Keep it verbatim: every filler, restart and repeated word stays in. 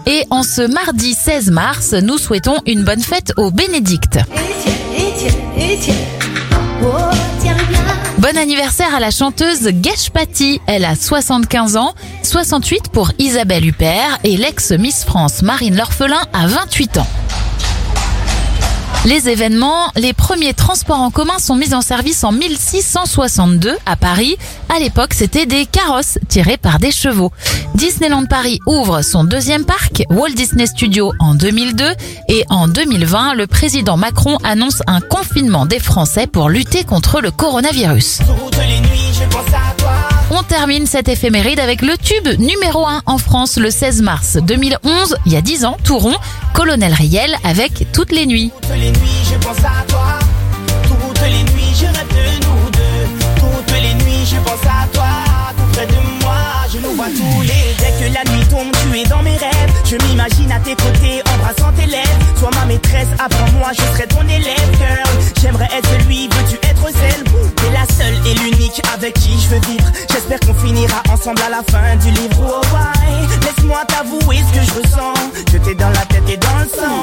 Et en ce mardi seize mars, nous souhaitons une bonne fête aux Bénédictes. Bon anniversaire à la chanteuse Gesh Patti, elle a soixante-quinze ans, soixante-huit pour Isabelle Huppert et l'ex-Miss France Marine L'Orphelin a vingt-huit ans. Les événements, les premiers transports en commun sont mis en service en mille six cent soixante-deux à Paris. À l'époque, c'était des carrosses tirés par des chevaux. Disneyland Paris ouvre son deuxième parc, Walt Disney Studios en deux mille deux et en deux mille vingt, le président Macron annonce un confinement des Français pour lutter contre le coronavirus. On termine cette éphéméride avec le tube numéro un en France le seize mars deux mille onze, il y a dix ans, tout rond, Colonel Riel avec Toutes les nuits. Toutes les nuits, je pense à toi. Toutes les nuits, je rêve de nous deux. Toutes les nuits, je pense à toi. Tout près de moi, je nous vois tous les. Dès que la nuit tombe, tu es dans mes rêves. Je m'imagine à tes côtés, embrassant tes lèvres. Sois ma maîtresse, apprends-moi, je serai ton élève, girl. J'aimerais être celui, veux-tu être celle? T'es la seule et l'unique avec qui je veux vivre. J'espère qu'on finira ensemble à la fin du livre. Oh, ouais. Laisse-moi t'avouer ce que je ressens. Je t'ai dans la tête et dans le sang.